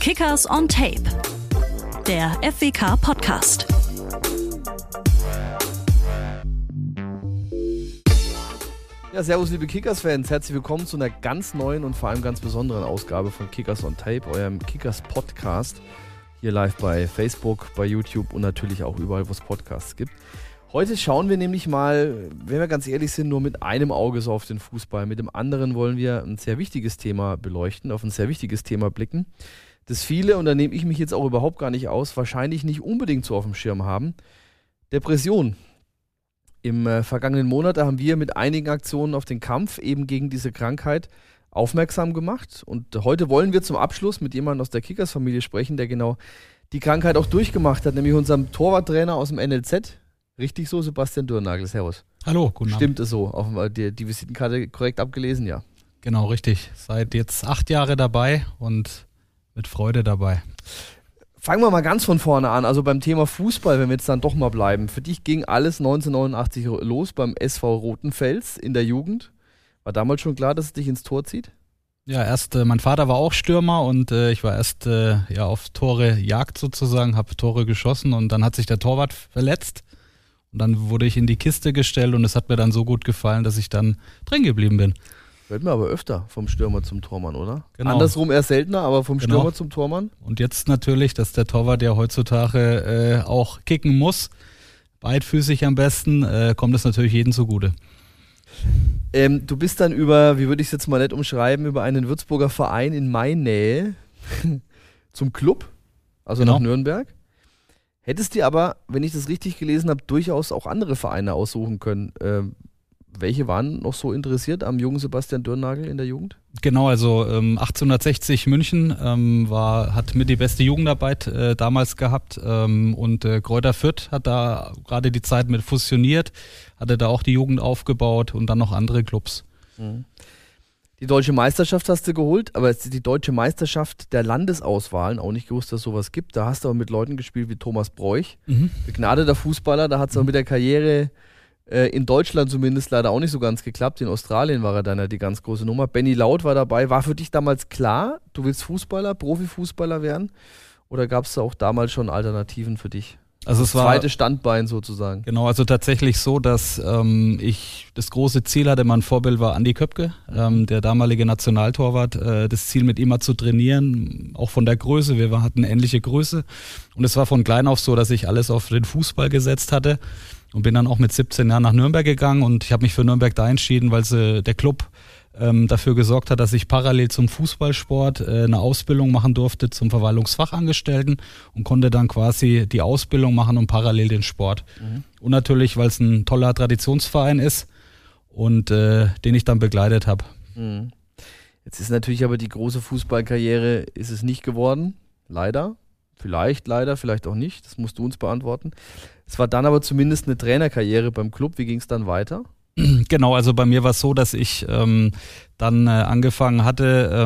Kickers on Tape, der FWK-Podcast. Ja, servus liebe Kickers-Fans, herzlich willkommen zu einer ganz neuen und vor allem ganz besonderen Ausgabe von Kickers on Tape, eurem Kickers-Podcast. Hier live bei Facebook, bei YouTube und natürlich auch überall, wo es Podcasts gibt. Heute schauen wir nämlich mal, wenn wir ganz ehrlich sind, nur mit einem Auge so auf den Fußball. Mit dem anderen wollen wir ein sehr wichtiges Thema beleuchten, auf ein sehr wichtiges Thema blicken, das viele, und da nehme ich mich jetzt auch überhaupt gar nicht aus, wahrscheinlich nicht unbedingt so auf dem Schirm haben. Depression. Im vergangenen Monat haben wir mit einigen Aktionen auf den Kampf eben gegen diese Krankheit aufmerksam gemacht. Und heute wollen wir zum Abschluss mit jemandem aus der Kickers-Familie sprechen, der genau die Krankheit auch durchgemacht hat, nämlich unserem Torwarttrainer aus dem NLZ. Richtig so, Sebastian Dürrnagel. Servus. Hallo, guten Abend. Stimmt es so? Die Visitenkarte korrekt abgelesen, ja. Genau, richtig. Seit jetzt 8 Jahre dabei und mit Freude dabei. Fangen wir mal ganz von vorne an. Also beim Thema Fußball, wenn wir jetzt dann doch mal bleiben. Für dich ging alles 1989 los beim SV Rothenfels in der Jugend. War damals schon klar, dass es dich ins Tor zieht? Ja, mein Vater war auch Stürmer und ich war erst auf Tore Jagd sozusagen, habe Tore geschossen und dann hat sich der Torwart verletzt. Und dann wurde ich in die Kiste gestellt und es hat mir dann so gut gefallen, dass ich dann drin geblieben bin. Hört man aber öfter vom Stürmer zum Tormann, oder? Genau. Andersrum eher seltener, aber vom Stürmer zum Tormann. Und jetzt natürlich, dass der Torwart ja heutzutage auch kicken muss, beidfüßig am besten, kommt es natürlich jedem zugute. Du bist dann über, wie würde ich es jetzt mal nett umschreiben, über einen Würzburger Verein in Mainnähe zum Club, also genau. Nach Nürnberg. Hättest dir aber, wenn ich das richtig gelesen habe, durchaus auch andere Vereine aussuchen können. Welche waren noch so interessiert am jungen Sebastian Dürrnagel in der Jugend? Genau, also 1860 München hat mit die beste Jugendarbeit damals gehabt und Greuther Fürth hat da gerade die Zeit mit fusioniert, hatte da auch die Jugend aufgebaut und dann noch andere Clubs. Mhm. Die deutsche Meisterschaft hast du geholt, aber es ist die deutsche Meisterschaft der Landesauswahlen, auch nicht gewusst, dass es sowas gibt. Da hast du aber mit Leuten gespielt wie Thomas Bräuch, begnadeter Fußballer, da hat es auch mit der Karriere in Deutschland zumindest leider auch nicht so ganz geklappt. In Australien war er dann ja die ganz große Nummer. Benny Laut war dabei. War für dich damals klar, du willst Fußballer, Profifußballer werden? Oder gab es da auch damals schon Alternativen für dich? Also es war zweites Standbein sozusagen. Genau, also tatsächlich so, dass ich das große Ziel hatte, mein Vorbild war Andi Köpke, der damalige Nationaltorwart, das Ziel mit ihm mal zu trainieren, auch von der Größe, wir hatten eine ähnliche Größe und es war von klein auf so, dass ich alles auf den Fußball gesetzt hatte und bin dann auch mit 17 Jahren nach Nürnberg gegangen und ich habe mich für Nürnberg da entschieden, weil der Club dafür gesorgt hat, dass ich parallel zum Fußballsport eine Ausbildung machen durfte zum Verwaltungsfachangestellten und konnte dann quasi die Ausbildung machen und parallel den Sport. Und natürlich, weil es ein toller Traditionsverein ist und den ich dann begleitet habe. Jetzt ist natürlich aber die große Fußballkarriere ist es nicht geworden, leider. Vielleicht leider, vielleicht auch nicht, das musst du uns beantworten. Es war dann aber zumindest eine Trainerkarriere beim Club. Wie ging es dann weiter? Genau, also bei mir war es so, dass ich dann angefangen hatte,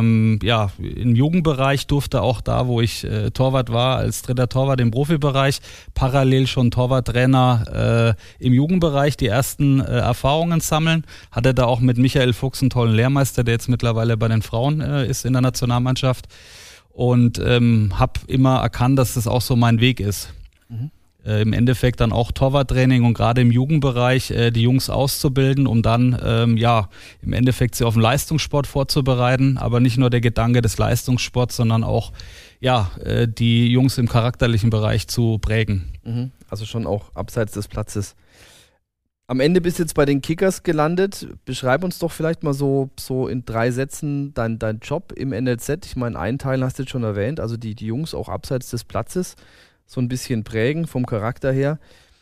im Jugendbereich durfte auch da, wo ich Torwart war, als dritter Torwart im Profibereich, parallel schon Torwarttrainer im Jugendbereich die ersten Erfahrungen sammeln. Hatte da auch mit Michael Fuchs einen tollen Lehrmeister, der jetzt mittlerweile bei den Frauen ist in der Nationalmannschaft und habe immer erkannt, dass das auch so mein Weg ist. Im Endeffekt dann auch Torwarttraining und gerade im Jugendbereich die Jungs auszubilden, um dann im Endeffekt sie auf den Leistungssport vorzubereiten, aber nicht nur der Gedanke des Leistungssports, sondern auch die Jungs im charakterlichen Bereich zu prägen. Also schon auch abseits des Platzes. Am Ende bist du jetzt bei den Kickers gelandet. Beschreib uns doch vielleicht mal so in 3 Sätzen dein Job im NLZ. Ich meine, einen Teil hast du jetzt schon erwähnt, also die Jungs auch abseits des Platzes so ein bisschen prägen vom Charakter her.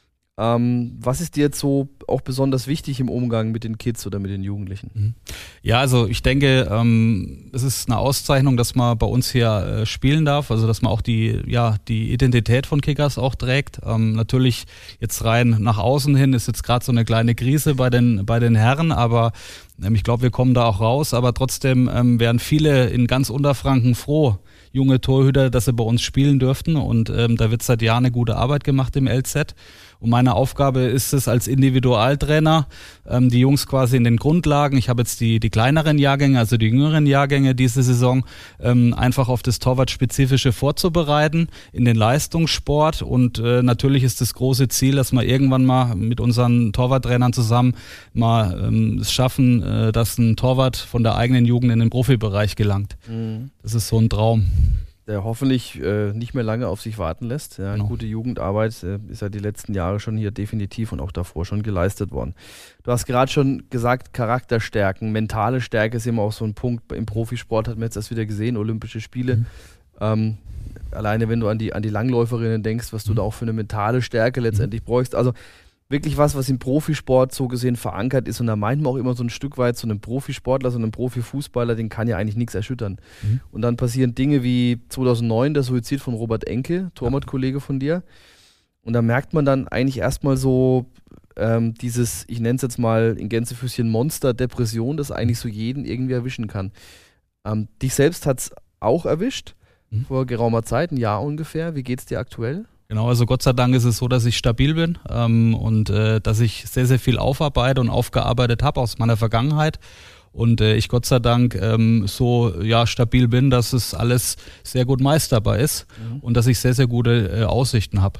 Was ist dir jetzt so auch besonders wichtig im Umgang mit den Kids oder mit den Jugendlichen? Ja, also ich denke, es ist eine Auszeichnung, dass man bei uns hier spielen darf, also dass man auch die Identität von Kickers auch trägt. Natürlich jetzt rein nach außen hin ist jetzt gerade so eine kleine Krise bei den Herren, aber ich glaube, wir kommen da auch raus, aber trotzdem wären viele in ganz Unterfranken froh, junge Torhüter, dass sie bei uns spielen dürften und da wird seit Jahren eine gute Arbeit gemacht im LZ. Und meine Aufgabe ist es als Individualtrainer, die Jungs quasi in den Grundlagen, ich habe jetzt die kleineren Jahrgänge, also die jüngeren Jahrgänge, anstrenge diese Saison, einfach auf das Torwartspezifische vorzubereiten in den Leistungssport. Und natürlich ist das große Ziel, dass wir irgendwann mal mit unseren Torwarttrainern zusammen mal es schaffen, dass ein Torwart von der eigenen Jugend in den Profibereich gelangt. Mhm. Das ist so ein Traum. Der hoffentlich nicht mehr lange auf sich warten lässt. Ja, genau. Gute Jugendarbeit ist ja die letzten Jahre schon hier definitiv und auch davor schon geleistet worden. Du hast gerade schon gesagt, Charakterstärken, mentale Stärke ist immer auch so ein Punkt. Im Profisport hat man jetzt erst wieder gesehen, Olympische Spiele. Alleine wenn du an die Langläuferinnen denkst, was du da auch für eine mentale Stärke letztendlich bräuchst. Also wirklich was im Profisport so gesehen verankert ist. Und da meint man auch immer so ein Stück weit, so einem Profisportler, so einem Profifußballer, den kann ja eigentlich nichts erschüttern. Und dann passieren Dinge wie 2009 der Suizid von Robert Enke, Torwartkollege von dir. Und da merkt man dann eigentlich erstmal so dieses, ich nenne es jetzt mal in Gänsefüßchen Monster, Depression, das eigentlich so jeden irgendwie erwischen kann. Dich selbst hat es auch erwischt, vor geraumer Zeit, ein Jahr ungefähr. Wie geht es dir aktuell? Genau, also Gott sei Dank ist es so, dass ich stabil bin und dass ich sehr, sehr viel aufarbeite und aufgearbeitet habe aus meiner Vergangenheit und ich Gott sei Dank so stabil bin, dass es alles sehr gut meisterbar ist und dass ich sehr, sehr gute Aussichten habe.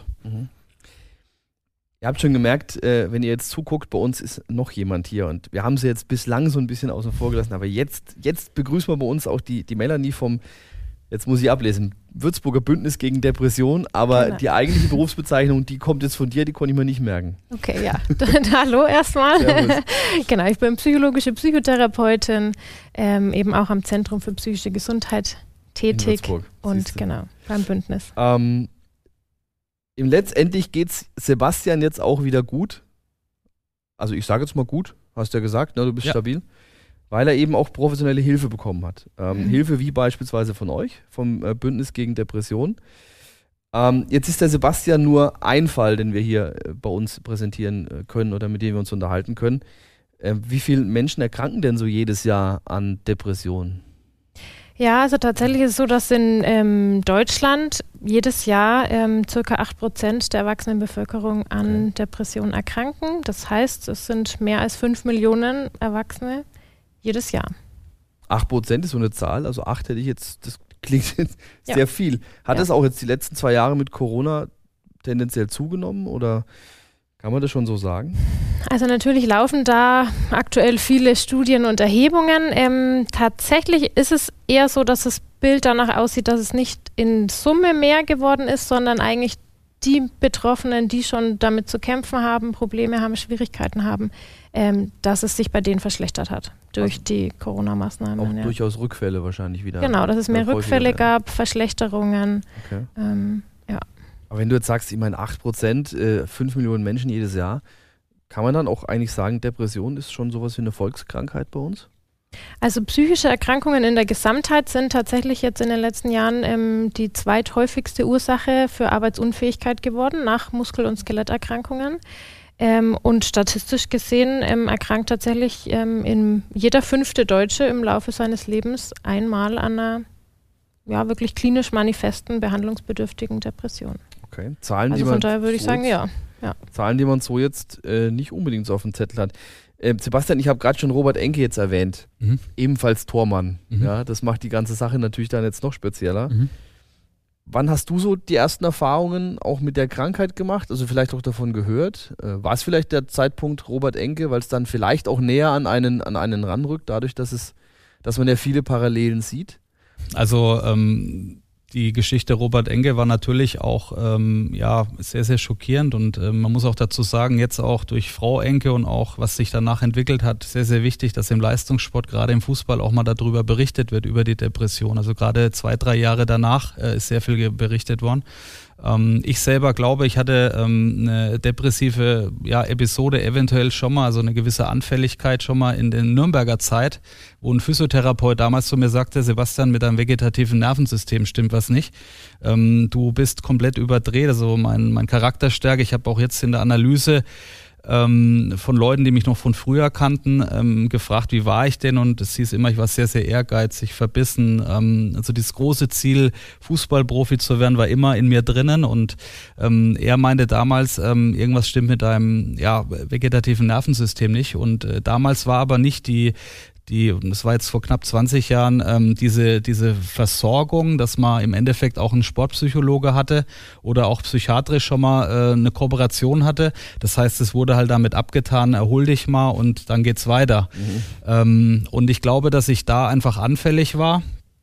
Ihr habt schon gemerkt, wenn ihr jetzt zuguckt, bei uns ist noch jemand hier und wir haben sie jetzt bislang so ein bisschen außen vor gelassen, aber jetzt begrüßen wir bei uns auch die Melanie vom, jetzt muss ich ablesen, Würzburger Bündnis gegen Depression, aber genau. Die eigentliche Berufsbezeichnung, die kommt jetzt von dir, die konnte ich mir nicht merken. Okay, ja. Hallo erstmal. Genau, ich bin psychologische Psychotherapeutin, eben auch am Zentrum für psychische Gesundheit tätig und genau, beim Bündnis. Letztendlich geht es Sebastian jetzt auch wieder gut. Also ich sage jetzt mal gut, hast du ja gesagt, ne, du bist stabil. Weil er eben auch professionelle Hilfe bekommen hat. Hilfe wie beispielsweise von euch, vom Bündnis gegen Depression. Jetzt ist der Sebastian nur ein Fall, den wir hier bei uns präsentieren können oder mit dem wir uns unterhalten können. Wie viele Menschen erkranken denn so jedes Jahr an Depressionen? Ja, also tatsächlich ist es so, dass in Deutschland jedes Jahr ca. 8% der Erwachsenenbevölkerung an Depressionen erkranken. Das heißt, es sind mehr als 5 Millionen Erwachsene jedes Jahr. 8% ist so eine Zahl, also 8 hätte ich jetzt, das klingt jetzt sehr viel. Hat es auch jetzt die letzten 2 Jahre mit Corona tendenziell zugenommen oder kann man das schon so sagen? Also natürlich laufen da aktuell viele Studien und Erhebungen. Tatsächlich ist es eher so, dass das Bild danach aussieht, dass es nicht in Summe mehr geworden ist, sondern eigentlich die Betroffenen, die schon damit zu kämpfen haben, Probleme haben, Schwierigkeiten haben, dass es sich bei denen verschlechtert hat durch die Corona-Maßnahmen. Auch durchaus Rückfälle wahrscheinlich wieder. Genau, dass es mehr Rückfälle gab, Verschlechterungen. Okay. Aber wenn du jetzt sagst, ich meine 8%, 5 Millionen Menschen jedes Jahr, kann man dann auch eigentlich sagen, Depression ist schon sowas wie eine Volkskrankheit bei uns? Also psychische Erkrankungen in der Gesamtheit sind tatsächlich jetzt in den letzten Jahren die zweithäufigste Ursache für Arbeitsunfähigkeit geworden, nach Muskel- und Skeletterkrankungen. Und statistisch gesehen erkrankt tatsächlich jeder 5. Deutsche im Laufe seines Lebens einmal an einer wirklich klinisch manifesten, behandlungsbedürftigen Depression. Okay, Zahlen, also von daher würde ich sagen, ja. Zahlen, die man so jetzt nicht unbedingt so auf dem Zettel hat. Sebastian, ich habe gerade schon Robert Enke jetzt erwähnt, ebenfalls Tormann. Ja, das macht die ganze Sache natürlich dann jetzt noch spezieller. Wann hast du so die ersten Erfahrungen auch mit der Krankheit gemacht? Also vielleicht auch davon gehört? War es vielleicht der Zeitpunkt Robert Enke, weil es dann vielleicht auch näher an einen ranrückt, dadurch, dass man ja viele Parallelen sieht? Also die Geschichte Robert Enke war natürlich auch sehr, sehr schockierend und man muss auch dazu sagen, jetzt auch durch Frau Enke und auch was sich danach entwickelt hat, sehr, sehr wichtig, dass im Leistungssport, gerade im Fußball auch mal darüber berichtet wird, über die Depression. Also gerade 2-3 Jahre danach ist sehr viel berichtet worden. Ich selber glaube, ich hatte eine depressive Episode eventuell schon mal, also eine gewisse Anfälligkeit schon mal in der Nürnberger Zeit, wo ein Physiotherapeut damals zu mir sagte, Sebastian, mit deinem vegetativen Nervensystem stimmt was nicht. Du bist komplett überdreht, also mein Charakterstärke. Ich habe auch jetzt in der Analyse von Leuten, die mich noch von früher kannten, gefragt, wie war ich denn? Und es hieß immer, ich war sehr, sehr ehrgeizig, verbissen. Also dieses große Ziel, Fußballprofi zu werden, war immer in mir drinnen. Und er meinte damals, irgendwas stimmt mit deinem vegetativen Nervensystem nicht. Und damals war aber nicht die und das war jetzt vor knapp 20 Jahren, diese Versorgung, dass man im Endeffekt auch einen Sportpsychologe hatte oder auch psychiatrisch schon mal eine Kooperation hatte. Das heißt, es wurde halt damit abgetan, erhol dich mal und dann geht's weiter. Und ich glaube, dass ich da einfach anfällig war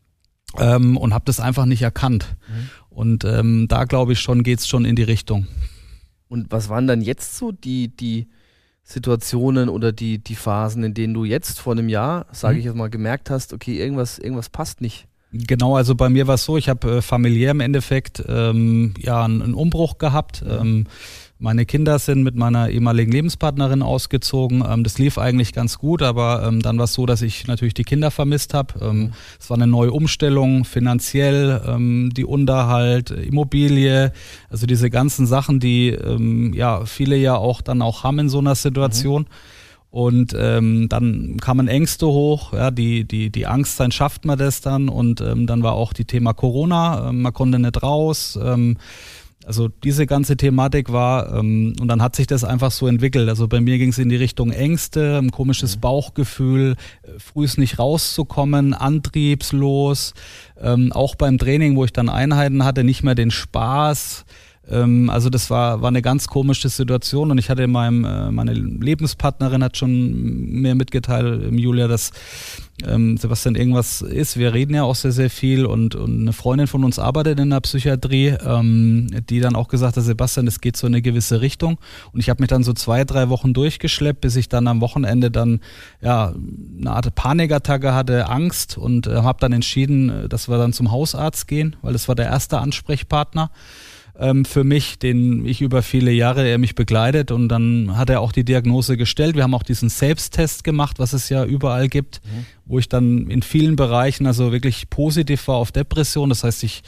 und habe das einfach nicht erkannt. Und da glaube ich schon, geht's schon in die Richtung. Und was waren dann jetzt so die Situationen oder die Phasen, in denen du jetzt vor einem Jahr, sage ich jetzt mal, gemerkt hast, okay, irgendwas passt nicht? Genau, also bei mir war es so, ich habe familiär im Endeffekt einen Umbruch gehabt. Meine Kinder sind mit meiner ehemaligen Lebenspartnerin ausgezogen. Das lief eigentlich ganz gut, aber dann war es so, dass ich natürlich die Kinder vermisst habe. Es war eine neue Umstellung, finanziell, die Unterhalt, Immobilie, also diese ganzen Sachen, die viele ja auch dann auch haben in so einer Situation. Und dann kamen Ängste hoch, ja, die Angst sein, schafft man das dann? Und dann war auch die Thema Corona, man konnte nicht raus. Also diese ganze Thematik war, und dann hat sich das einfach so entwickelt. Also bei mir ging es in die Richtung Ängste, ein komisches Bauchgefühl, frühst nicht rauszukommen, antriebslos, auch beim Training, wo ich dann Einheiten hatte, nicht mehr den Spaß. Also das war eine ganz komische Situation und ich hatte meine Lebenspartnerin hat schon mir mitgeteilt, Julia, dass Sebastian irgendwas ist. Wir reden ja auch sehr, sehr viel und eine Freundin von uns arbeitet in der Psychiatrie, die dann auch gesagt hat, Sebastian, es geht so in eine gewisse Richtung und ich habe mich dann so 2-3 Wochen durchgeschleppt, bis ich dann am Wochenende dann eine Art Panikattacke hatte, Angst und habe dann entschieden, dass wir dann zum Hausarzt gehen, weil das war der erste Ansprechpartner für mich, den ich über viele Jahre, er mich begleitet und dann hat er auch die Diagnose gestellt. Wir haben auch diesen Selbsttest gemacht, was es ja überall gibt, wo ich dann in vielen Bereichen also wirklich positiv war auf Depression. Das heißt, ich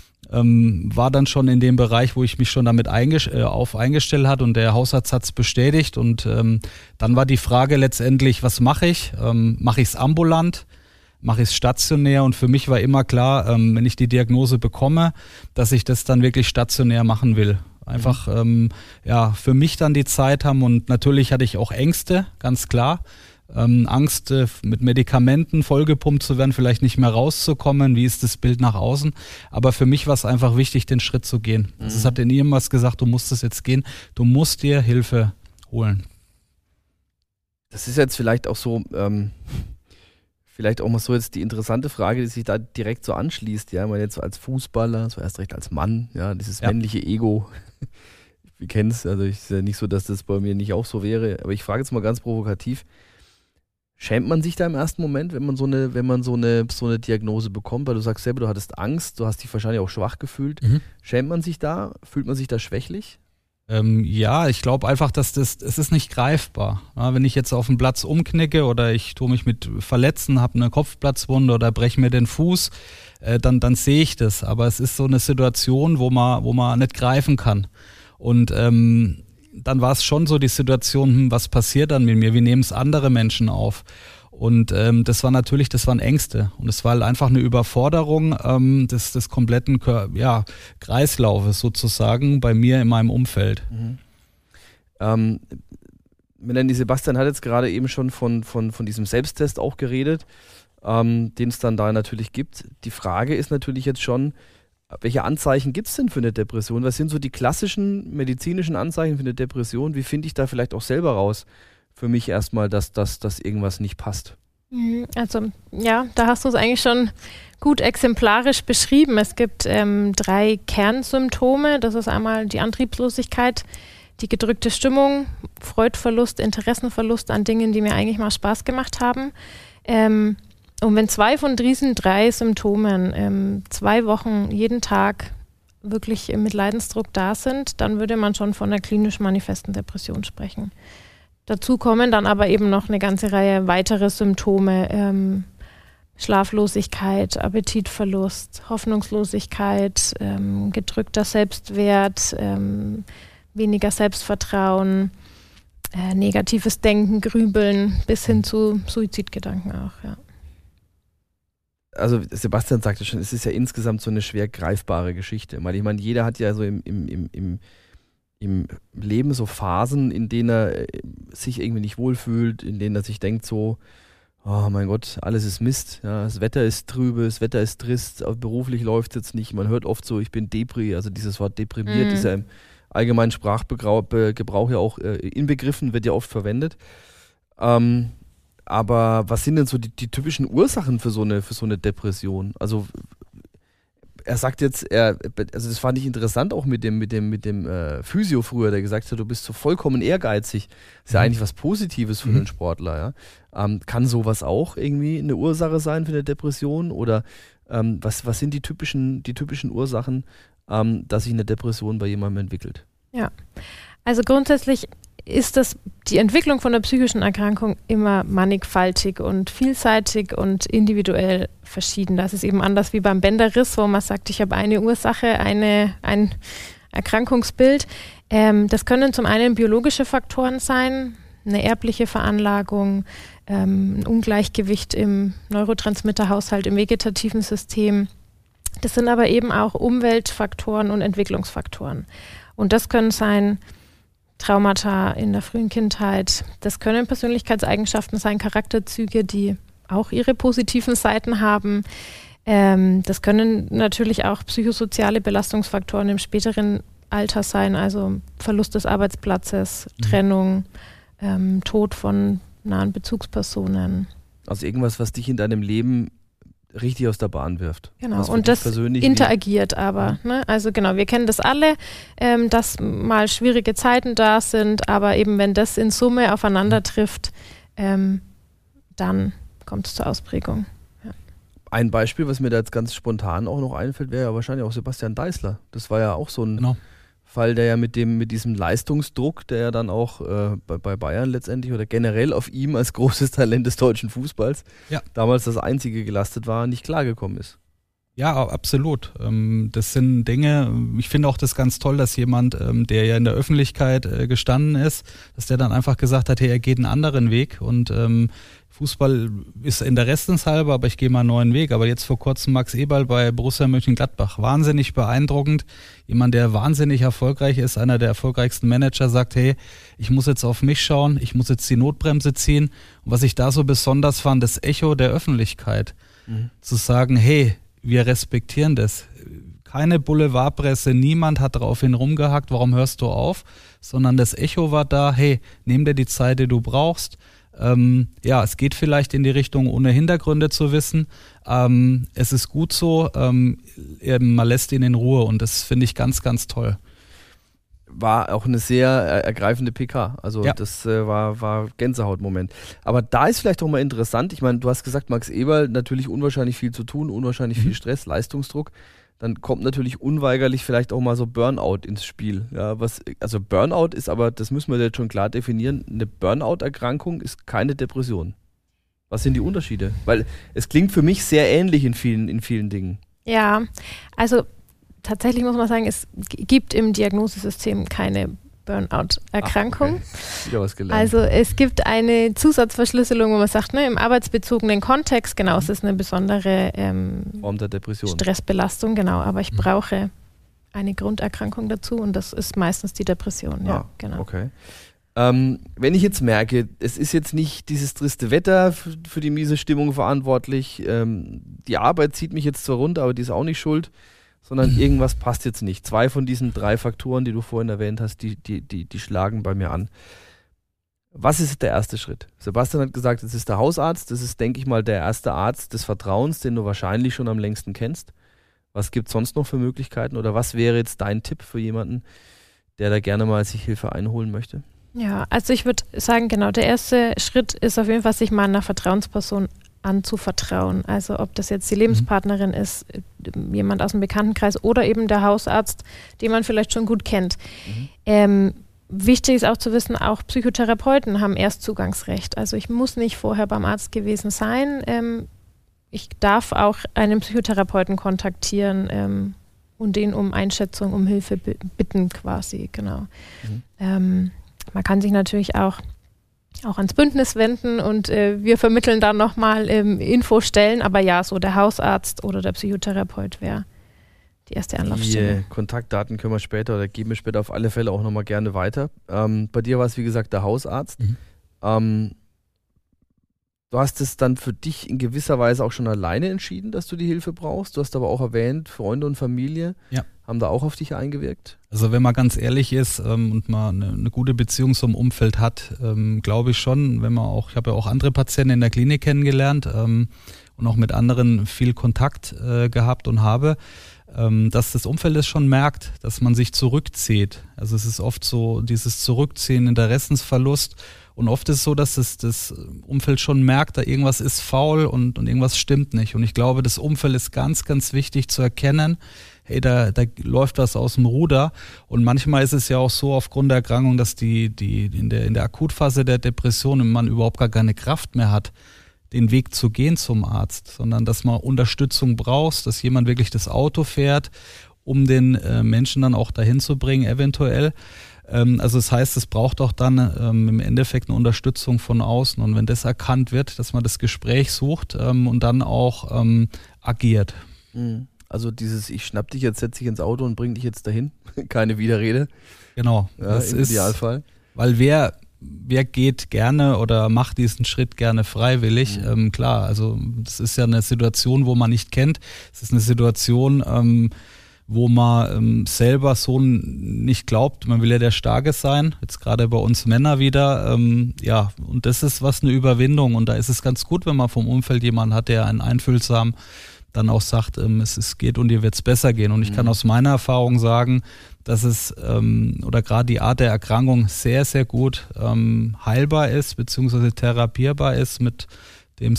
war dann schon in dem Bereich, wo ich mich schon damit eingestellt hat und der Hausarzt hat es bestätigt und dann war die Frage letztendlich, was mache ich? Mache ich es ambulant? Mache ich es stationär und für mich war immer klar, wenn ich die Diagnose bekomme, dass ich das dann wirklich stationär machen will. Einfach für mich dann die Zeit haben und natürlich hatte ich auch Ängste, ganz klar. Angst, mit Medikamenten vollgepumpt zu werden, vielleicht nicht mehr rauszukommen, wie ist das Bild nach außen. Aber für mich war es einfach wichtig, den Schritt zu gehen. Also es hat dir niemand gesagt, du musst es jetzt gehen, du musst dir Hilfe holen. Das ist jetzt vielleicht auch so... Vielleicht auch mal so jetzt die interessante Frage, die sich da direkt so anschließt, ja, weil jetzt so als Fußballer, so erst recht als Mann, ja, dieses männliche Ego, wir kennen es, also ist ja nicht so, dass das bei mir nicht auch so wäre, aber ich frage jetzt mal ganz provokativ, schämt man sich da im ersten Moment, wenn man so eine Diagnose bekommt, weil du sagst selber, du hattest Angst, du hast dich wahrscheinlich auch schwach gefühlt, schämt man sich da, fühlt man sich da schwächlich? Ich glaube einfach, dass es ist nicht greifbar. Ja, wenn ich jetzt auf dem Platz umknicke oder ich tue mich mit Verletzen, habe eine Kopfplatzwunde oder breche mir den Fuß, dann sehe ich das. Aber es ist so eine Situation, wo man nicht greifen kann. Und dann war es schon so die Situation, was passiert dann mit mir? Wie nehmen es andere Menschen auf? Und das waren Ängste und es war halt einfach eine Überforderung des kompletten Kreislaufes sozusagen bei mir in meinem Umfeld. Melanie, Sebastian hat jetzt gerade eben schon von diesem Selbsttest auch geredet, den es dann da natürlich gibt. Die Frage ist natürlich jetzt schon, welche Anzeichen gibt es denn für eine Depression? Was sind so die klassischen medizinischen Anzeichen für eine Depression? Wie finde ich da vielleicht auch selber raus? Für mich erstmal, dass irgendwas nicht passt. Also ja, da hast du es eigentlich schon gut exemplarisch beschrieben. Es gibt 3 Kernsymptome. Das ist einmal die Antriebslosigkeit, die gedrückte Stimmung, Freudverlust, Interessenverlust an Dingen, die mir eigentlich mal Spaß gemacht haben. Und wenn 2 von diesen 3 Symptomen 2 Wochen jeden Tag wirklich mit Leidensdruck da sind, dann würde man schon von einer klinisch manifesten Depression sprechen. Dazu kommen dann aber eben noch eine ganze Reihe weitere Symptome, Schlaflosigkeit, Appetitverlust, Hoffnungslosigkeit, gedrückter Selbstwert, weniger Selbstvertrauen, negatives Denken, Grübeln bis hin zu Suizidgedanken auch, ja. Also Sebastian sagte schon, es ist ja insgesamt so eine schwer greifbare Geschichte. Ich meine, jeder hat ja so im Leben so Phasen, in denen er sich irgendwie nicht wohlfühlt, in denen er sich denkt so, oh mein Gott, alles ist Mist, ja, das Wetter ist trübe, das Wetter ist trist, beruflich läuft es jetzt nicht, man hört oft so, ich bin Depri, also dieses Wort deprimiert ist ja im allgemeinen Sprachgebrauch ja auch inbegriffen, wird ja oft verwendet. Aber was sind denn so die typischen Ursachen für so eine Depression? Also er sagt jetzt, also das fand ich interessant auch mit dem Physio früher, der gesagt hat, du bist so vollkommen ehrgeizig. Das ist ja eigentlich was Positives für einen Sportler. Ja? Kann sowas auch irgendwie eine Ursache sein für eine Depression? Oder was sind die typischen Ursachen, dass sich eine Depression bei jemandem entwickelt? Ja, also grundsätzlich ist die Entwicklung von der psychischen Erkrankung immer mannigfaltig und vielseitig und individuell verschieden. Das ist eben anders wie beim Bänderriss, wo man sagt, ich habe eine Ursache, ein Erkrankungsbild. Das können zum einen biologische Faktoren sein, eine erbliche Veranlagung, ein Ungleichgewicht im Neurotransmitterhaushalt, im vegetativen System. Das sind aber eben auch Umweltfaktoren und Entwicklungsfaktoren. Und das können sein Traumata in der frühen Kindheit. Das können Persönlichkeitseigenschaften sein, Charakterzüge, die auch ihre positiven Seiten haben. Das können natürlich auch psychosoziale Belastungsfaktoren im späteren Alter sein, also Verlust des Arbeitsplatzes, Trennung, Tod von nahen Bezugspersonen. Also irgendwas, was dich in deinem Leben richtig aus der Bahn wirft. Genau, und das interagiert aber. Ne? Also genau, wir kennen das alle, dass mal schwierige Zeiten da sind, aber eben wenn das in Summe aufeinander trifft, dann kommt es zur Ausprägung. Ja. Ein Beispiel, was mir da jetzt ganz spontan auch noch einfällt, wäre ja wahrscheinlich auch Sebastian Deißler. Das war ja auch so ein Fall, der ja mit diesem Leistungsdruck, der ja dann auch bei Bayern letztendlich oder generell auf ihm als großes Talent des deutschen Fußballs damals das einzige gelastet war, nicht klargekommen ist. Ja, absolut. Das sind Dinge, ich finde auch das ganz toll, dass jemand, der ja in der Öffentlichkeit gestanden ist, dass der dann einfach gesagt hat, hey, er geht einen anderen Weg und Fußball ist interessenshalber, aber ich gehe mal einen neuen Weg. Aber jetzt vor kurzem Max Eberl bei Borussia Mönchengladbach. Wahnsinnig beeindruckend. Jemand, der wahnsinnig erfolgreich ist, einer der erfolgreichsten Manager, sagt, hey, ich muss jetzt auf mich schauen, ich muss jetzt die Notbremse ziehen. Und was ich da so besonders fand, das Echo der Öffentlichkeit. Zu sagen, hey, wir respektieren das. Keine Boulevardpresse, niemand hat daraufhin rumgehackt, warum hörst du auf? Sondern das Echo war da, hey, nimm dir die Zeit, die du brauchst. Es geht vielleicht in die Richtung, ohne Hintergründe zu wissen. Es ist gut so, man lässt ihn in Ruhe und das finde ich ganz, ganz toll. War auch eine sehr ergreifende PK. Also das war Gänsehautmoment. Aber da ist vielleicht auch mal interessant, ich meine, du hast gesagt, Max Eberl, natürlich unwahrscheinlich viel zu tun, unwahrscheinlich viel Stress, Leistungsdruck. Dann kommt natürlich unweigerlich vielleicht auch mal so Burnout ins Spiel. Ja, also Burnout ist aber, das müssen wir jetzt schon klar definieren, eine Burnout-Erkrankung ist keine Depression. Was sind die Unterschiede? Weil es klingt für mich sehr ähnlich in vielen Dingen. Ja, also tatsächlich muss man sagen, es gibt im Diagnosesystem keine Burnout-Erkrankung. Okay. Wieder was gelernt. Also es gibt eine Zusatzverschlüsselung, wo man sagt, im arbeitsbezogenen Kontext, genau, es ist eine besondere Form der Depression. Stressbelastung, genau, aber ich brauche eine Grunderkrankung dazu und das ist meistens die Depression. Ja, genau. Okay. Wenn ich jetzt merke, es ist jetzt nicht dieses triste Wetter für die miese Stimmung verantwortlich, die Arbeit zieht mich jetzt zwar runter, aber die ist auch nicht schuld, sondern irgendwas passt jetzt nicht. 2 von diesen 3 Faktoren, die du vorhin erwähnt hast, die schlagen bei mir an. Was ist der erste Schritt? Sebastian hat gesagt, es ist der Hausarzt. Das ist, denke ich mal, der erste Arzt des Vertrauens, den du wahrscheinlich schon am längsten kennst. Was gibt es sonst noch für Möglichkeiten? Oder was wäre jetzt dein Tipp für jemanden, der da gerne mal sich Hilfe einholen möchte? Ja, also ich würde sagen, genau, der erste Schritt ist auf jeden Fall, sich mal einer Vertrauensperson anzuvertrauen. Also ob das jetzt die Lebenspartnerin ist, jemand aus dem Bekanntenkreis oder eben der Hausarzt, den man vielleicht schon gut kennt. Wichtig ist auch zu wissen, auch Psychotherapeuten haben Erstzugangsrecht. Also ich muss nicht vorher beim Arzt gewesen sein. Ich darf auch einen Psychotherapeuten kontaktieren und den um Einschätzung, um Hilfe bitten quasi, genau. Man kann sich natürlich auch ans Bündnis wenden und wir vermitteln dann nochmal Infostellen, aber ja, so der Hausarzt oder der Psychotherapeut wäre die erste Anlaufstelle. Die Kontaktdaten können wir später oder geben wir später auf alle Fälle auch nochmal gerne weiter. Bei dir war es, wie gesagt, der Hausarzt. Du Du hast es dann für dich in gewisser Weise auch schon alleine entschieden, dass du die Hilfe brauchst. Du hast aber auch erwähnt, Freunde und Familie haben da auch auf dich eingewirkt. Also wenn man ganz ehrlich ist und man eine gute Beziehung zum Umfeld hat, glaube ich schon, ich habe ja auch andere Patienten in der Klinik kennengelernt und auch mit anderen viel Kontakt gehabt und habe, dass das Umfeld es schon merkt, dass man sich zurückzieht. Also es ist oft so dieses Zurückziehen, Interessensverlust. Und oft ist es so, dass das Umfeld schon merkt, da irgendwas ist faul und irgendwas stimmt nicht. Und ich glaube, das Umfeld ist ganz, ganz wichtig zu erkennen, hey, da läuft was aus dem Ruder. Und manchmal ist es ja auch so aufgrund der Erkrankung, dass die in der Akutphase der Depression man überhaupt gar keine Kraft mehr hat, den Weg zu gehen zum Arzt, sondern dass man Unterstützung braucht, dass jemand wirklich das Auto fährt, um den Menschen dann auch dahin zu bringen, eventuell. Also das heißt, es braucht auch dann im Endeffekt eine Unterstützung von außen. Und wenn das erkannt wird, dass man das Gespräch sucht und dann auch agiert. Also dieses, ich schnapp dich jetzt, setz dich ins Auto und bring dich jetzt dahin. Keine Widerrede. Genau. Ja, das im Idealfall. Weil wer geht gerne oder macht diesen Schritt gerne freiwillig? Klar, also das ist ja eine Situation, wo man nicht kennt. Es ist eine Situation, wo man selber so nicht glaubt, man will ja der Starke sein, jetzt gerade bei uns Männer wieder, und das ist eine Überwindung und da ist es ganz gut, wenn man vom Umfeld jemanden hat, der einen einfühlsam dann auch sagt, es geht und dir wird es besser gehen und ich kann aus meiner Erfahrung sagen, dass es oder gerade die Art der Erkrankung sehr, sehr gut heilbar ist, beziehungsweise therapierbar ist mit dem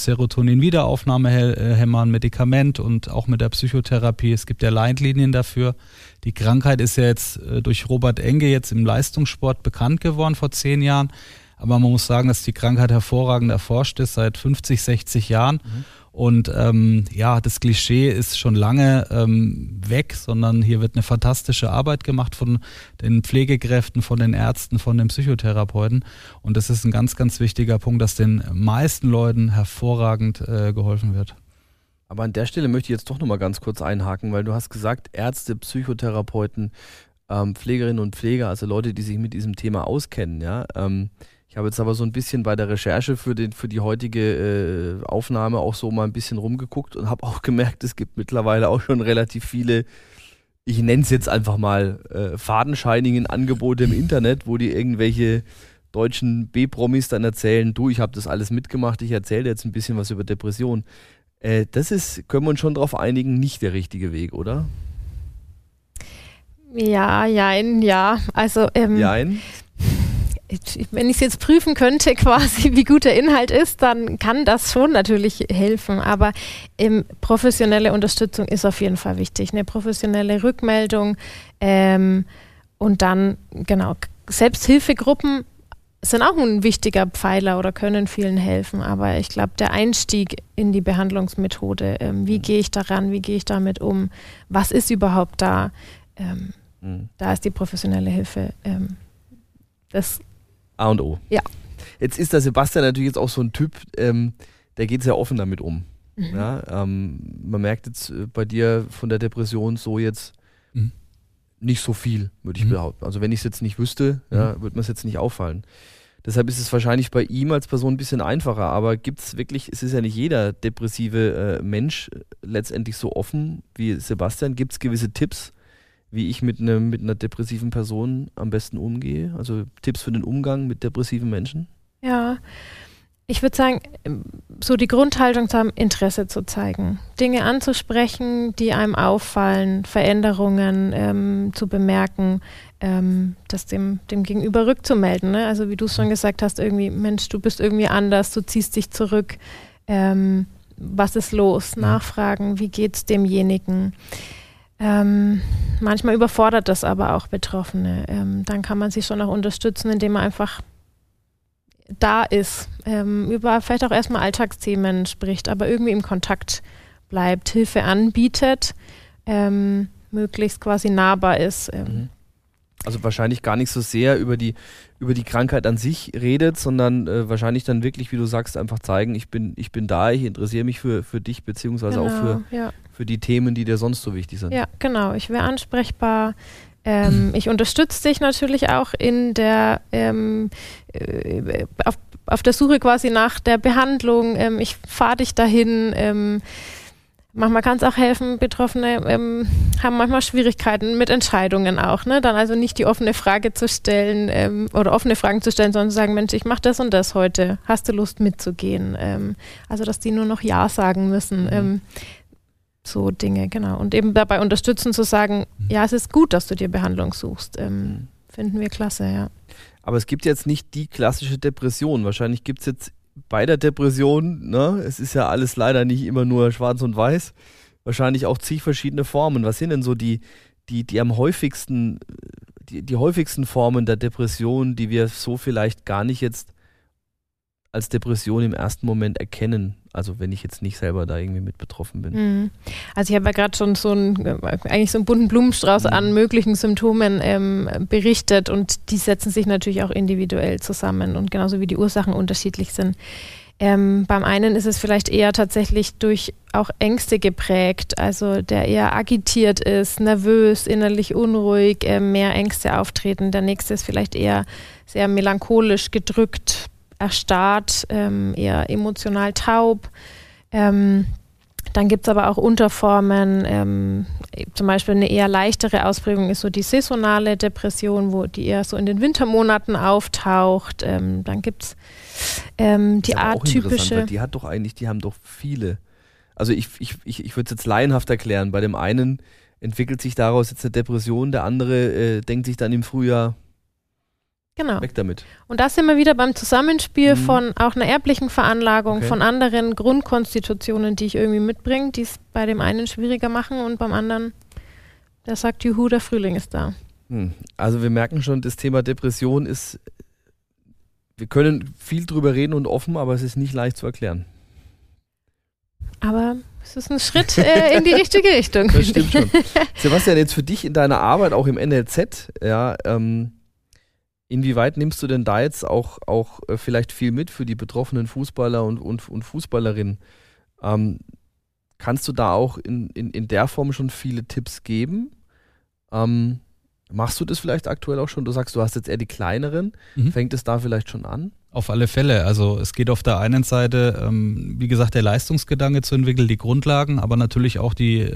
Serotonin-Wiederaufnahmehemmer, ein Medikament und auch mit der Psychotherapie. Es gibt ja Leitlinien dafür. Die Krankheit ist ja jetzt durch Robert Enke jetzt im Leistungssport bekannt geworden vor 10 Jahren. Aber man muss sagen, dass die Krankheit hervorragend erforscht ist seit 50, 60 Jahren. Und das Klischee ist schon lange weg, sondern hier wird eine fantastische Arbeit gemacht von den Pflegekräften, von den Ärzten, von den Psychotherapeuten. Und das ist ein ganz, ganz wichtiger Punkt, dass den meisten Leuten hervorragend geholfen wird. Aber an der Stelle möchte ich jetzt doch nochmal ganz kurz einhaken, weil du hast gesagt, Ärzte, Psychotherapeuten, Pflegerinnen und Pfleger, also Leute, die sich mit diesem Thema auskennen, ja. Ich habe jetzt aber so ein bisschen bei der Recherche für die heutige Aufnahme auch so mal ein bisschen rumgeguckt und habe auch gemerkt, es gibt mittlerweile auch schon relativ viele, ich nenne es jetzt einfach mal fadenscheinigen Angebote im Internet, wo die irgendwelche deutschen B-Promis dann erzählen, du, ich habe das alles mitgemacht, ich erzähle jetzt ein bisschen was über Depression. Das ist, können wir uns schon darauf einigen, nicht der richtige Weg, oder? Ja. Also Jein? Wenn ich es jetzt prüfen könnte, quasi, wie gut der Inhalt ist, dann kann das schon natürlich helfen. Aber professionelle Unterstützung ist auf jeden Fall wichtig. Eine professionelle Rückmeldung und dann, genau, Selbsthilfegruppen sind auch ein wichtiger Pfeiler oder können vielen helfen. Aber ich glaube, der Einstieg in die Behandlungsmethode, wie gehe ich daran, wie gehe ich damit um, was ist überhaupt da, da ist die professionelle Hilfe das A und O. Ja. Jetzt ist der Sebastian natürlich jetzt auch so ein Typ, der geht sehr offen damit um. Ja, man merkt jetzt bei dir von der Depression so jetzt nicht so viel, würde ich behaupten. Also wenn ich es jetzt nicht wüsste, würde mir es jetzt nicht auffallen. Deshalb ist es wahrscheinlich bei ihm als Person ein bisschen einfacher. Aber gibt es wirklich, es ist ja nicht jeder depressive Mensch letztendlich so offen wie Sebastian. Gibt es gewisse Tipps, wie ich mit einer depressiven Person am besten umgehe? Also Tipps für den Umgang mit depressiven Menschen? Ja, ich würde sagen, so die Grundhaltung zu haben, Interesse zu zeigen, Dinge anzusprechen, die einem auffallen, Veränderungen zu bemerken, das dem Gegenüber rückzumelden. Ne? Also wie du schon gesagt hast, irgendwie, Mensch, du bist irgendwie anders, du ziehst dich zurück, was ist los? Nachfragen, wie geht's demjenigen? Manchmal überfordert das aber auch Betroffene. Dann kann man sie schon auch unterstützen, indem man einfach da ist, über vielleicht auch erstmal Alltagsthemen spricht, aber irgendwie im Kontakt bleibt, Hilfe anbietet, möglichst quasi nahbar ist. Also wahrscheinlich gar nicht so sehr über die Krankheit an sich redet, sondern wahrscheinlich dann wirklich, wie du sagst, einfach zeigen, ich bin da, ich interessiere mich für dich, beziehungsweise auch für die Themen, die dir sonst so wichtig sind. Ja, genau. Ich wäre ansprechbar. Ich unterstütze dich natürlich auch in der auf der Suche quasi nach der Behandlung, ich fahre dich dahin, manchmal kann es auch helfen, Betroffene haben manchmal Schwierigkeiten mit Entscheidungen auch, ne? Dann also nicht die offene Frage zu stellen oder offene Fragen zu stellen, sondern zu sagen, Mensch, ich mache das und das heute, hast du Lust mitzugehen? Also dass die nur noch Ja sagen müssen, so Dinge, genau. Und eben dabei unterstützen zu sagen, ja, es ist gut, dass du dir Behandlung suchst, finden wir klasse, ja. Aber es gibt jetzt nicht die klassische Depression, wahrscheinlich gibt es jetzt bei der Depression, ne, es ist ja alles leider nicht immer nur schwarz und weiß, wahrscheinlich auch zig verschiedene Formen. Was sind denn so die am häufigsten, die häufigsten Formen der Depression, die wir so vielleicht gar nicht jetzt als Depression im ersten Moment erkennen? Also wenn ich jetzt nicht selber da irgendwie mit betroffen bin. Also ich habe ja gerade schon so einen bunten Blumenstrauß an möglichen Symptomen berichtet und die setzen sich natürlich auch individuell zusammen und genauso wie die Ursachen unterschiedlich sind. Beim einen ist es vielleicht eher tatsächlich durch auch Ängste geprägt, also der eher agitiert ist, nervös, innerlich unruhig, mehr Ängste auftreten. Der nächste ist vielleicht eher sehr melancholisch gedrückt, erstarrt, eher emotional taub. Dann gibt es aber auch Unterformen, zum Beispiel eine eher leichtere Ausprägung ist so die saisonale Depression, die eher so in den Wintermonaten auftaucht. Dann gibt es die atypische. Die haben doch viele. Also ich würde es jetzt laienhaft erklären. Bei dem einen entwickelt sich daraus jetzt eine Depression, der andere denkt sich dann im Frühjahr, genau. Weg damit. Und da sind wir wieder beim Zusammenspiel von auch einer erblichen Veranlagung, von anderen Grundkonstitutionen, die ich irgendwie mitbringe, die es bei dem einen schwieriger machen und beim anderen, der sagt, juhu, der Frühling ist da. Also wir merken schon, das Thema Depression ist, wir können viel drüber reden und offen, aber es ist nicht leicht zu erklären. Aber es ist ein Schritt in die richtige Richtung. Das stimmt schon. Sebastian, jetzt für dich in deiner Arbeit, auch im NLZ, ja, inwieweit nimmst du denn da jetzt auch vielleicht viel mit für die betroffenen Fußballer und Fußballerinnen? Kannst du da auch in der Form schon viele Tipps geben? Machst du das vielleicht aktuell auch schon? Du sagst, du hast jetzt eher die kleineren. Fängt es da vielleicht schon an? Auf alle Fälle. Also es geht auf der einen Seite, wie gesagt, der Leistungsgedanke zu entwickeln, die Grundlagen, aber natürlich auch die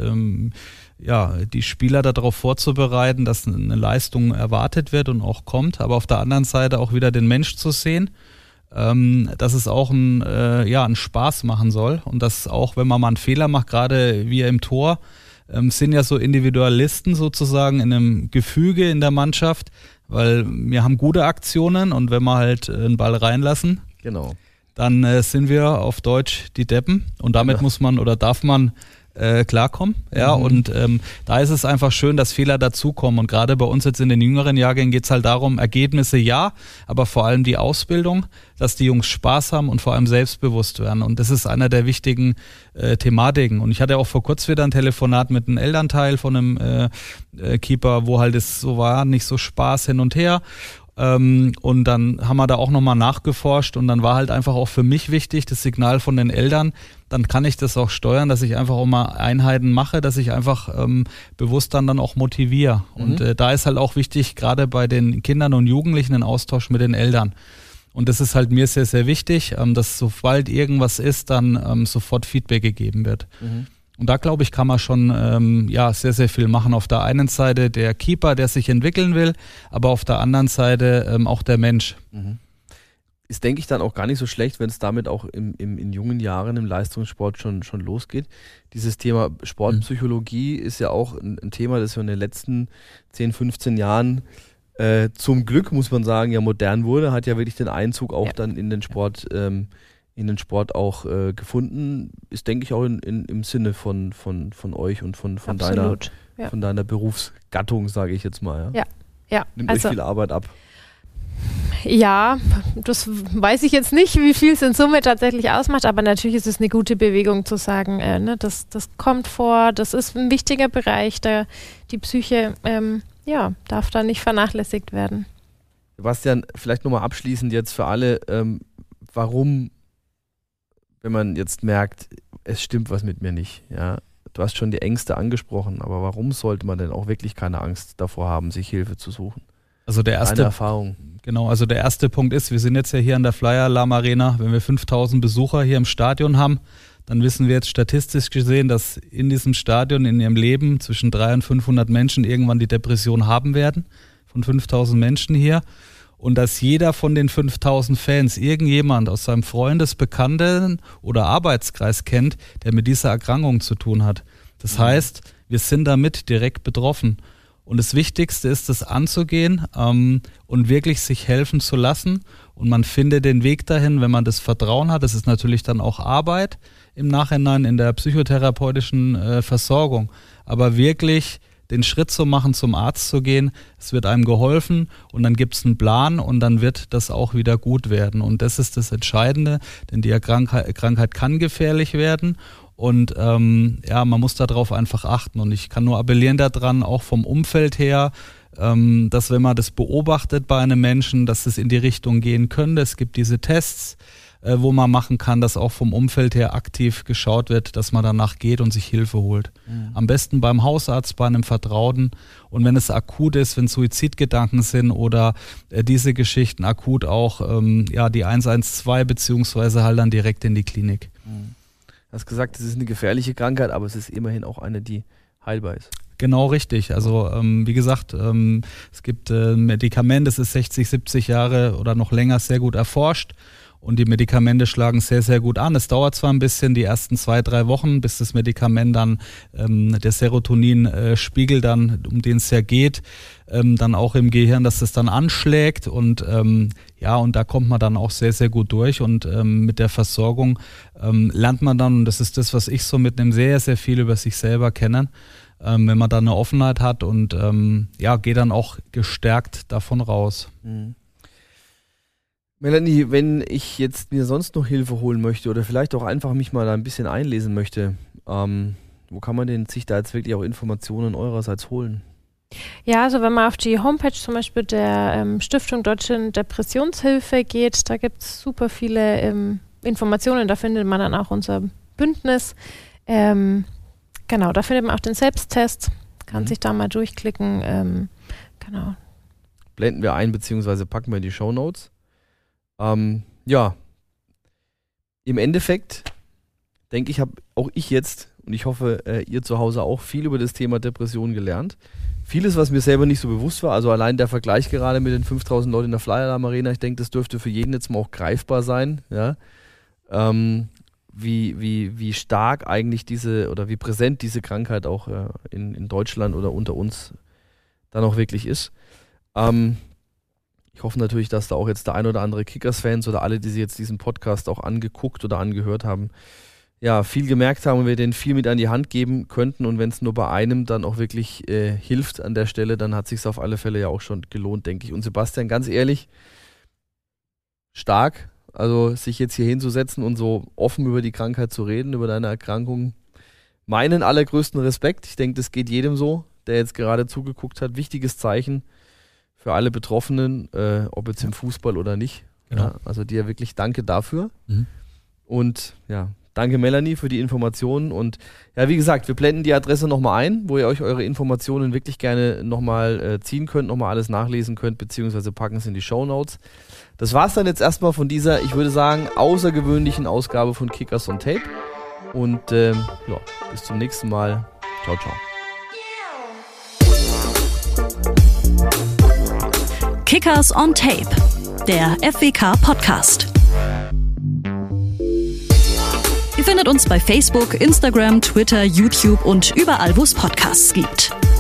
Spieler darauf vorzubereiten, dass eine Leistung erwartet wird und auch kommt, aber auf der anderen Seite auch wieder den Mensch zu sehen, dass es auch einen Spaß machen soll und dass auch, wenn man mal einen Fehler macht, gerade wir im Tor, sind ja so Individualisten sozusagen in einem Gefüge in der Mannschaft, weil wir haben gute Aktionen und wenn wir halt einen Ball reinlassen, genau, dann sind wir auf Deutsch die Deppen und damit muss man oder darf man klarkommen. Ja, und da ist es einfach schön, dass Fehler dazukommen. Und gerade bei uns jetzt in den jüngeren Jahrgängen geht es halt darum, Ergebnisse ja, aber vor allem die Ausbildung, dass die Jungs Spaß haben und vor allem selbstbewusst werden. Und das ist einer der wichtigen Thematiken. Und ich hatte auch vor kurzem wieder ein Telefonat mit einem Elternteil von einem Keeper, wo halt es so war, nicht so Spaß hin und her. Und dann haben wir da auch nochmal nachgeforscht und dann war halt einfach auch für mich wichtig, das Signal von den Eltern, dann kann ich das auch steuern, dass ich einfach auch mal Einheiten mache, dass ich einfach bewusst dann auch motiviere. Und da ist halt auch wichtig, gerade bei den Kindern und Jugendlichen, ein Austausch mit den Eltern. Und das ist halt mir sehr, sehr wichtig, dass sobald irgendwas ist, dann sofort Feedback gegeben wird. Und da, glaube ich, kann man schon sehr, sehr viel machen. Auf der einen Seite der Keeper, der sich entwickeln will, aber auf der anderen Seite auch der Mensch. Ist, denke ich, dann auch gar nicht so schlecht, wenn es damit auch in jungen Jahren im Leistungssport schon losgeht. Dieses Thema Sportpsychologie ist ja auch ein Thema, das in den letzten 10, 15 Jahren zum Glück, muss man sagen, ja modern wurde, hat ja wirklich den Einzug auch dann in den Sport auch gefunden, ist, denke ich, auch im Sinne von euch und von deiner Berufsgattung, sage ich jetzt mal. Ja. Nimmt euch viel Arbeit ab. Ja, das weiß ich jetzt nicht, wie viel es in Summe tatsächlich ausmacht, aber natürlich ist es eine gute Bewegung zu sagen, das kommt vor, das ist ein wichtiger Bereich, die Psyche darf da nicht vernachlässigt werden. Sebastian, vielleicht nochmal abschließend jetzt für alle, warum, wenn man jetzt merkt, es stimmt was mit mir nicht, ja, du hast schon die Ängste angesprochen, aber warum sollte man denn auch wirklich keine Angst davor haben, sich Hilfe zu suchen? Also der erste, Deine Erfahrung. Genau, also der erste Punkt ist, wir sind jetzt ja hier an der Flyer Alarm Arena. Wenn wir 5000 Besucher hier im Stadion haben, dann wissen wir jetzt statistisch gesehen, dass in diesem Stadion in ihrem Leben zwischen 300 und 500 Menschen irgendwann die Depression haben werden, von 5000 Menschen hier. Und dass jeder von den 5000 Fans irgendjemand aus seinem Freundes-, Bekannten- oder Arbeitskreis kennt, der mit dieser Erkrankung zu tun hat. Das heißt, wir sind damit direkt betroffen. Und das Wichtigste ist, das anzugehen und wirklich sich helfen zu lassen. Und man findet den Weg dahin, wenn man das Vertrauen hat. Das ist natürlich dann auch Arbeit im Nachhinein in der psychotherapeutischen Versorgung. Aber wirklich den Schritt zu machen, zum Arzt zu gehen, es wird einem geholfen und dann gibt es einen Plan und dann wird das auch wieder gut werden. Und das ist das Entscheidende, denn die Krankheit kann gefährlich werden. Und man muss darauf einfach achten. Und ich kann nur appellieren daran, auch vom Umfeld her, dass wenn man das beobachtet bei einem Menschen, dass es in die Richtung gehen könnte. Es gibt diese Tests, wo man machen kann, dass auch vom Umfeld her aktiv geschaut wird, dass man danach geht und sich Hilfe holt. Mhm. Am besten beim Hausarzt, bei einem Vertrauten. Und wenn es akut ist, wenn Suizidgedanken sind oder diese Geschichten akut auch die 112 beziehungsweise halt dann direkt in die Klinik. Mhm. Du hast gesagt, es ist eine gefährliche Krankheit, aber es ist immerhin auch eine, die heilbar ist. Genau, richtig. Also wie gesagt, es gibt Medikamente, es ist 60, 70 Jahre oder noch länger sehr gut erforscht und die Medikamente schlagen sehr, sehr gut an. Es dauert zwar ein bisschen, die ersten 2-3 Wochen, bis das Medikament dann der Serotonin-Spiegel dann, um den es ja geht, dann auch im Gehirn, dass es dann anschlägt und und da kommt man dann auch sehr, sehr gut durch und mit der Versorgung lernt man dann, und das ist das, was ich so mitnehme, sehr, sehr viel über sich selber kennen, wenn man da eine Offenheit hat und geht dann auch gestärkt davon raus. Mhm. Melanie, wenn ich jetzt mir sonst noch Hilfe holen möchte oder vielleicht auch einfach mich mal ein bisschen einlesen möchte, wo kann man denn sich da jetzt wirklich auch Informationen eurerseits holen? Ja, also wenn man auf die Homepage zum Beispiel der Stiftung Deutsche Depressionshilfe geht, da gibt es super viele Informationen, da findet man dann auch unser Bündnis. Genau, da findet man auch den Selbsttest, kann sich da mal durchklicken. Genau. Blenden wir ein, beziehungsweise packen wir in die Shownotes. Im Endeffekt denke ich, habe auch ich jetzt, und ich hoffe, ihr zu Hause auch, viel über das Thema Depression gelernt. Vieles, was mir selber nicht so bewusst war, also allein der Vergleich gerade mit den 5000 Leuten in der Flyer Alarm Arena, ich denke, das dürfte für jeden jetzt mal auch greifbar sein, ja. Wie stark eigentlich wie präsent diese Krankheit auch in Deutschland oder unter uns dann auch wirklich ist. Ich hoffe natürlich, dass da auch jetzt der ein oder andere Kickers-Fans oder alle, die sich jetzt diesen Podcast auch angeguckt oder angehört haben, viel gemerkt haben und wir denen viel mit an die Hand geben könnten. Und wenn es nur bei einem dann auch wirklich hilft an der Stelle, dann hat es sich auf alle Fälle ja auch schon gelohnt, denke ich. Und Sebastian, ganz ehrlich, stark, also sich jetzt hier hinzusetzen und so offen über die Krankheit zu reden, über deine Erkrankung. Meinen allergrößten Respekt. Ich denke, das geht jedem so, der jetzt gerade zugeguckt hat. Wichtiges Zeichen für alle Betroffenen, ob jetzt im Fußball oder nicht. Genau. Ja, also dir wirklich danke dafür. Mhm. Und danke Melanie für die Informationen. Und wie gesagt, wir blenden die Adresse nochmal ein, wo ihr euch eure Informationen wirklich gerne nochmal ziehen könnt, nochmal alles nachlesen könnt, beziehungsweise packen es in die Shownotes. Das war's dann jetzt erstmal von dieser, ich würde sagen, außergewöhnlichen Ausgabe von Kickers on Tape. Und bis zum nächsten Mal. Ciao, ciao. Kickers on Tape, der FWK-Podcast. Ihr findet uns bei Facebook, Instagram, Twitter, YouTube und überall, wo es Podcasts gibt.